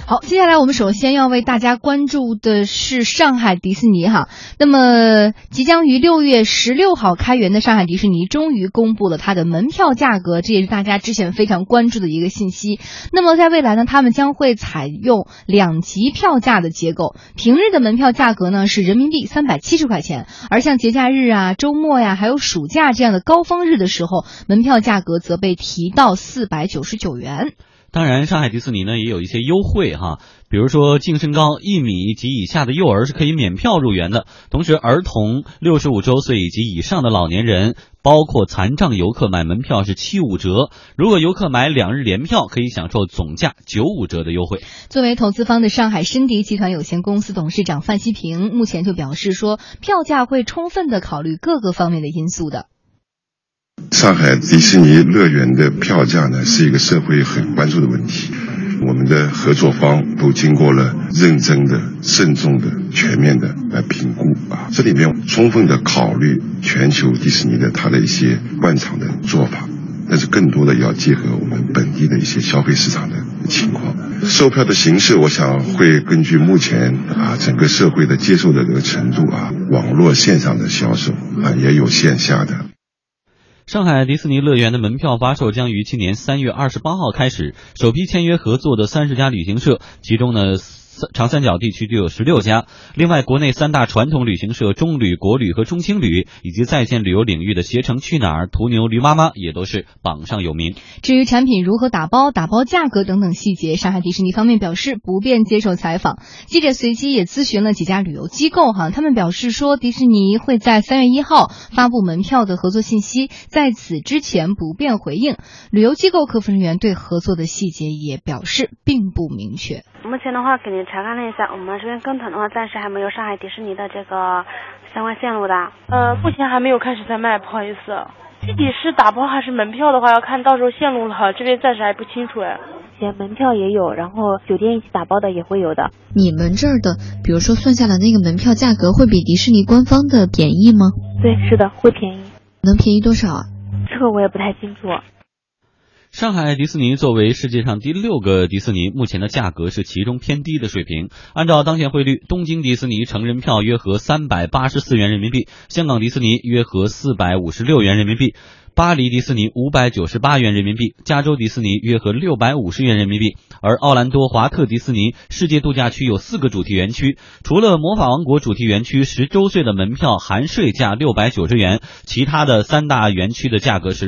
好，接下来我们首先要为大家关注的是上海迪士尼哈。那么即将于6月16号开园的上海迪士尼终于公布了它的门票价格，这也是大家之前非常关注的一个信息。那么在未来呢，他们将会采用2级票价的结构，平日的门票价格呢是人民币370块钱，而像节假日啊、周末呀，还有暑假这样的高峰日的时候，门票价格则被提到499元。 当然，上海迪士尼呢也有一些优惠哈，比如说净身高1米及以下的幼儿是可以免票入园的，同时儿童、65周岁以及以上的老年人，包括残障游客买门票是75折，如果游客买2日联票，可以享受总价95折的优惠。 作为投资方的上海申迪集团有限公司董事长范希平目前就表示说，票价会充分的考虑各个方面的因素的。 上海迪士尼乐园的票价呢，是一个社会很关注的问题。我们的合作方都经过了认真的、慎重的、全面的来评估啊，这里面充分的考虑全球迪士尼的它的一些惯常的做法，但是更多的要结合我们本地的一些消费市场的情况。售票的形式，我想会根据目前整个社会的接受的这个程度网络线上的销售也有线下的。 上海迪士尼乐园的门票发售将于今年3月28号开始，首批签约合作的30家旅行社，其中呢长三角地区就有16家，另外国内3大传统旅行社中旅、国旅和中青旅，以及在线旅游领域的携程去哪儿、途牛、驴妈妈也都是榜上有名。 至于产品如何打包、打包价格等等细节，上海迪士尼方面表示不便接受采访。记者随机也咨询了几家旅游机构他们表示说，迪士尼会在3月1号发布门票的合作信息，在此之前不便回应。旅游机构客服人员对合作的细节也表示并不明确。 目前的话给您查看了一下，我们这边跟团的话暂时还没有上海迪士尼的这个相关线路的。 目前还没有开始在卖，不好意思。具体是打包还是门票的话，要看到时候线路了，这边暂时还不清楚哎。 门票也有，然后酒店一起打包的也会有的。 你们这儿的，比如说算下来那个门票价格会比迪士尼官方的便宜吗？ 对，是的，会便宜。 能便宜多少啊？ 这个我也不太清楚。 上海迪士尼作为世界上第6个迪士尼，目前的价格是其中偏低的水平。按照当前汇率，东京迪士尼成人票约合384元人民币，香港迪士尼约合456元人民币，巴黎迪士尼598元人民币，加州迪士尼约合650元人民币。而奥兰多华特迪士尼世界度假区有4个主题园区，除了魔法王国主题园区10周岁的门票含税价690元，其他的3大园区的价格是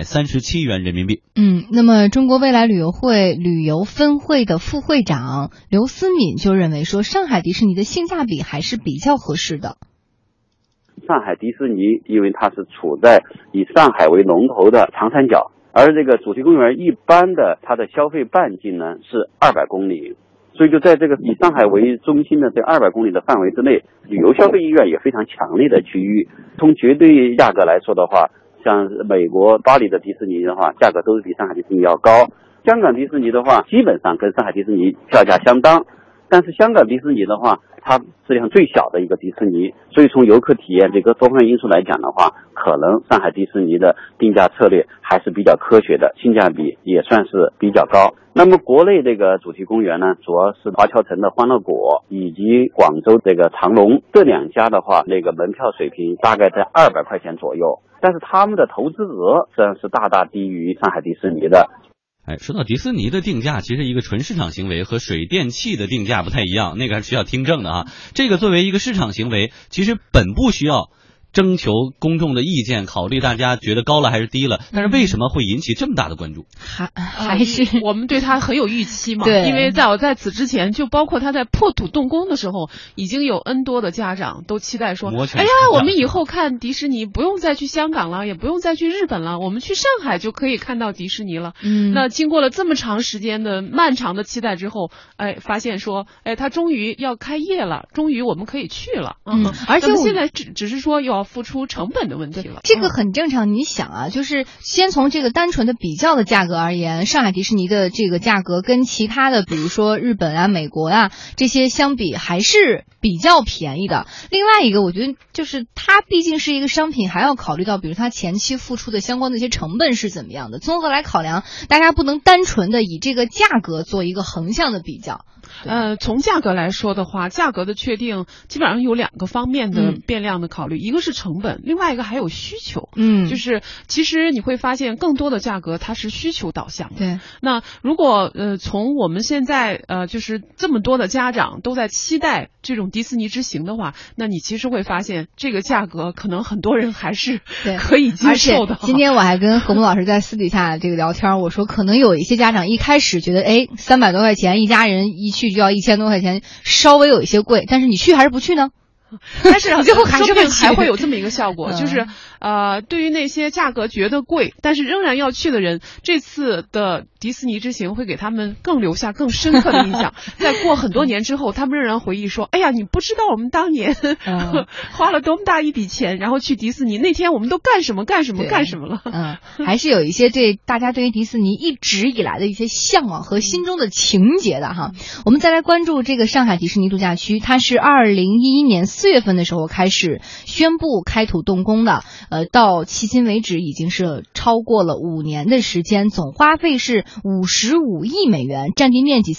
637元人民币。 那么中国未来旅游会旅游分会的副会长刘思敏就认为说，上海迪士尼的性价比还是比较合适的。 上海迪士尼因为它是处在以上海为龙头的长三角，而这个主题公园一般的它的消费半径呢是200公里，所以就在这个以上海为中心的这200公里的范围之内，旅游消费意愿也非常强烈的区域。从绝对价格来说的话，像美国巴黎的迪士尼的话，价格都是比上海迪士尼要高。香港迪士尼的话，基本上跟上海迪士尼票价相当，但是香港迪士尼的话，它世界上最小的一个迪士尼，所以从游客体验这个多方面因素来讲的话，可能上海迪士尼的定价策略还是比较科学的，性价比也算是比较高。那么国内这个主题公园呢，主要是华侨城的欢乐果以及广州这个长隆，这2家的话，那个门票水平大概在200块钱左右，但是他们的投资额实际上是大大低于上海迪士尼的。 说到迪士尼的定价，其实一个纯市场行为和水电气的定价不太一样，那个还是需要听证的这个作为一个市场行为，其实本不需要征求公众的意见，考虑大家觉得高了还是低了，但是为什么会引起这么大的关注？ 还是我们对他很有预期嘛？ 对， 因为在此之前，就包括他在破土动工的时候，已经有 N 多的家长都期待说，哎呀，我们以后看迪士尼不用再去香港了，也不用再去日本了，我们去上海就可以看到迪士尼了。那经过了这么长时间的漫长的期待之后，发现说，他终于要开业了，终于我们可以去了。 而且现在只是说到付出成本的问题了。 这个很正常。你想啊，就是先从这个单纯的比较的价格而言，上海迪士尼的这个价格跟其他的比如说日本啊、美国啊这些相比还是比较便宜的。另外一个我觉得就是它毕竟是一个商品，还要考虑到比如它前期付出的相关的一些成本是怎么样的，综合来考量，大家不能单纯的以这个价格做一个横向的比较。 从价格来说的话，价格的确定基本上有2个方面的变量的考虑，一个是成本，另外一个还有需求。就是其实你会发现更多的价格它是需求导向的。 对。 那如果从我们现在就是这么多的家长都在期待这种迪士尼之行的话，那你其实会发现这个价格可能很多人还是可以接受的。 而且今天我还跟何木老师在私底下这个聊天，我说可能有一些家长一开始觉得300多块钱一家人一去就要1000多块钱，稍微有一些贵，但是你去还是不去呢？ 但是最后还是会有这么一个效果，就是对于那些价格觉得贵但是仍然要去的人，这次的迪士尼之行会给他们留下更深刻的印象。在过很多年之后，他们仍然回忆说，哎呀，你不知道我们当年花了多么大一笔钱，然后去迪士尼，那天我们都干什么了。 还是有一些大家对于迪士尼一直以来的一些向往和心中的情结的哈。我们再来关注这个上海迪士尼度假区，它是2011年4月份的时候开始宣布开土动工的，到迄今为止已经是超过了5年的时间，总花费是55亿美元，占地面积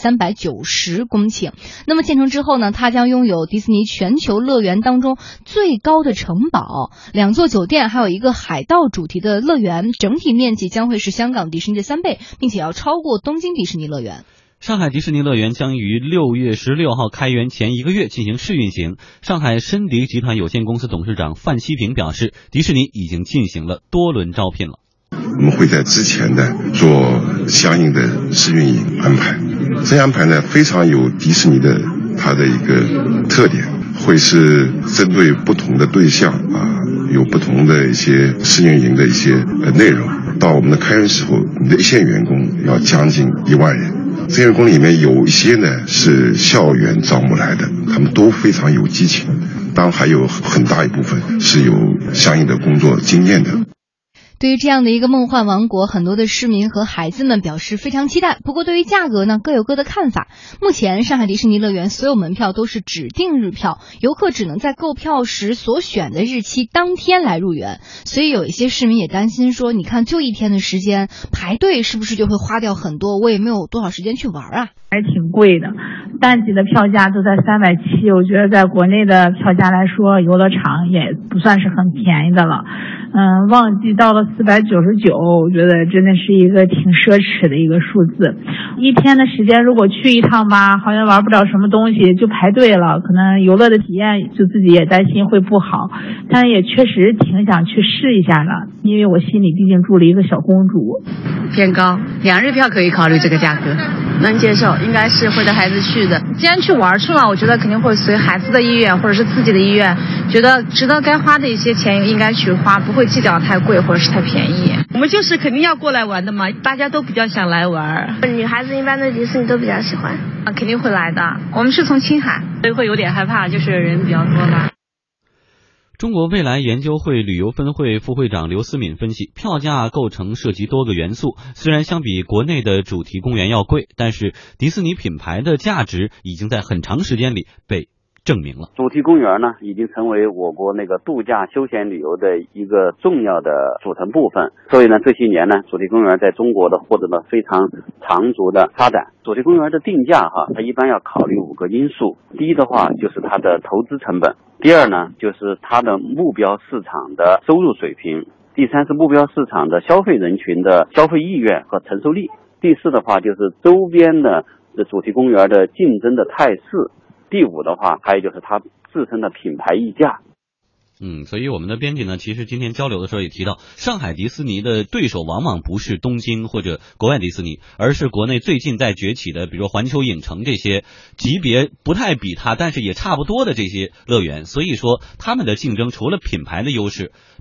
390公顷。那么建成之后呢，它将拥有迪士尼全球乐园当中最高的城堡、2座酒店，还有一个海盗主题的乐园，整体面积将会是香港迪士尼的3倍，并且要超过东京迪士尼乐园。 上海迪士尼乐园将于6月16号开园前1个月进行试运行。上海申迪集团有限公司董事长范希平表示，迪士尼已经进行了多轮招聘了。 我们会在之前的做相应的试运营安排，这样安排呢非常有迪士尼的它的一个特点，会是针对不同的对象有不同的一些试运营的一些内容。到我们的开园时候，你的一线员工要将近1万人。这些员工里面有一些呢是校园招募来的，他们都非常有激情，当然还有很大一部分是有相应的工作经验的。 对于这样的一个梦幻王国，很多的市民和孩子们表示非常期待。不过对于价格呢，各有各的看法。目前上海迪士尼乐园所有门票都是指定日票，游客只能在购票时所选的日期当天来入园。所以有一些市民也担心说，你看就1天的时间，排队是不是就会花掉很多，我也没有多少时间去玩啊。 还挺贵的，淡季的票价都在370，我觉得在国内的票价来说，游乐场也不算是很便宜的了。旺季到了499，我觉得真的是一个挺奢侈的一个数字。1天的时间如果去一趟吧，好像玩不了什么东西，就排队了，可能游乐的体验就自己也担心会不好，但也确实挺想去试一下的，因为我心里毕竟住了一个小公主。 偏高，2日票可以考虑这个价格，能接受，应该是会带孩子去的。既然去玩去了，我觉得肯定会随孩子的意愿或者是自己的意愿，觉得值得该花的一些钱应该去花，不会计较太贵或者是太便宜。我们就是肯定要过来玩的嘛，大家都比较想来玩。 女孩子一般对迪士尼都比较喜欢肯定会来的。我们是从青海，所以会有点害怕，就是人比较多吧。 中国未来研究会旅游分会副会长刘思敏分析，票价构成涉及多个元素，虽然相比国内的主题公园要贵，但是迪士尼品牌的价值已经在很长时间里被证明了。 主题公园呢，已经成为我国那个度假休闲旅游的一个重要的组成部分。所以呢，这些年呢，主题公园在中国的获得了非常长足的发展。主题公园的定价它一般要考虑5个因素。第一的话就是它的投资成本，第二呢就是它的目标市场的收入水平，第三是目标市场的消费人群的消费意愿和承受力，第四的话就是周边的主题公园的竞争的态势，第5的话还有就是它自身的品牌溢价。 所以我们的编辑呢，其实今天交流的时候也提到，上海迪士尼的对手往往不是东京或者国外迪士尼，而是国内最近在崛起的，比如说环球影城这些级别不太比它，但是也差不多的这些乐园。所以说他们的竞争除了品牌的优势，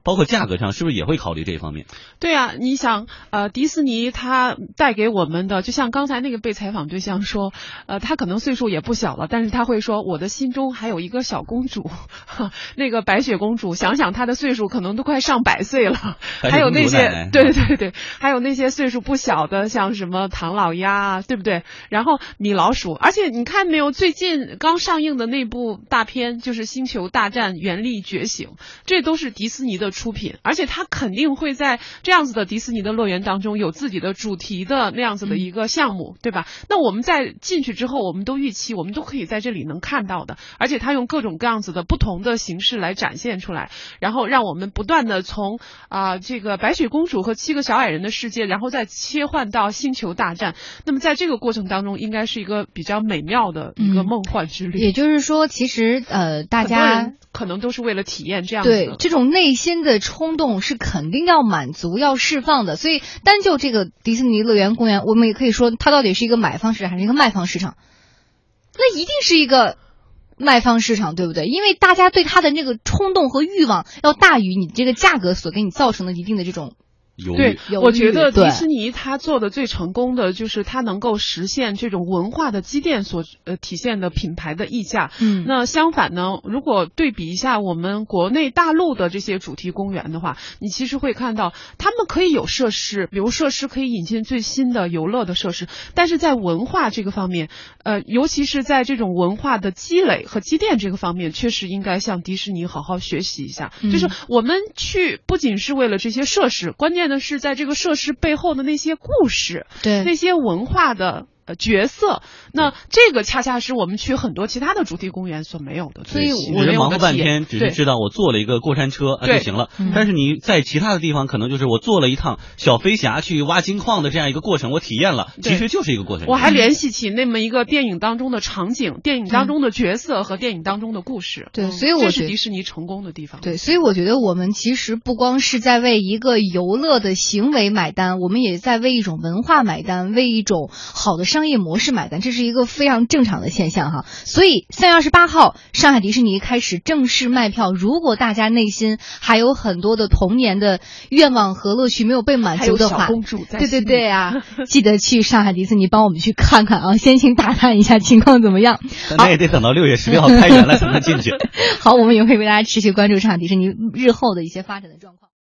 包括价格上是不是也会考虑这方面？ 对啊，你想迪士尼它带给我们的，就像刚才那个被采访对象说，他可能岁数也不小了，但是他会说我的心中还有一个小公主，那个白雪公主，想想她的岁数可能都快上100岁了，还有那些对，还有那些岁数不小的，像什么唐老鸭，对不对？然后米老鼠，而且你看没有，最近刚上映的那部大片就是《星球大战：原力觉醒》，这都是迪士尼的出品，而且它肯定会在这样子的迪士尼的乐园当中有自己的主题的那样子的一个项目，对吧？那我们在进去之后，我们都预期我们都可以在这里能看到的，而且它用各种各样子的不同的形式来展现出来，然后让我们不断的从这个白雪公主和7个小矮人的世界，然后再切换到星球大战。那么在这个过程当中，应该是一个比较美妙的一个梦幻之旅。 也就是说，其实大家可能都是为了体验这样子的。 对，这种内心的冲动是肯定要满足、要释放的。所以单就这个迪士尼乐园公园，我们也可以说它到底是一个买方市场还是一个卖方市场？那一定是一个卖方市场，对不对？因为大家对它的那个冲动和欲望要大于你这个价格所给你造成的一定的这种。 对，我觉得迪士尼它做的最成功的就是它能够实现这种文化的积淀所体现的品牌的溢价。那相反呢，如果对比一下我们国内大陆的这些主题公园的话，你其实会看到他们可以有设施，比如设施可以引进最新的游乐的设施，但是在文化这个方面，尤其是在这种文化的积累和积淀这个方面，确实应该向迪士尼好好学习一下。就是我们去不仅是为了这些设施，关键的是在这个设施背后的那些故事， 对那些文化的角色，那这个恰恰是我们去很多其他的主题公园所没有的。所以我忙活半天只是知道我坐了一个过山车就行了，但是你在其他的地方可能就是我坐了一趟小飞侠去挖金矿的这样一个过程，我体验了，其实就是一个过程。 我还联系起那么一个电影当中的场景、电影当中的角色和电影当中的故事。 对，所以我觉得这是迪士尼成功的地方。 对，所以我觉得我们其实不光是在为一个游乐的行为买单，我们也在为一种文化买单，为一种好的商业模式买单，这是一个非常正常的现象哈。所以3月28号，上海迪士尼开始正式卖票。如果大家内心还有很多的童年的愿望和乐趣没有被满足的话， 还有小公主在心里， 对啊，记得去上海迪士尼帮我们去看看啊，先行打探一下情况怎么样。 那也得等到6月16号开园了才能进去。 好，我们也会为大家持续关注上海迪士尼日后的一些发展的状况。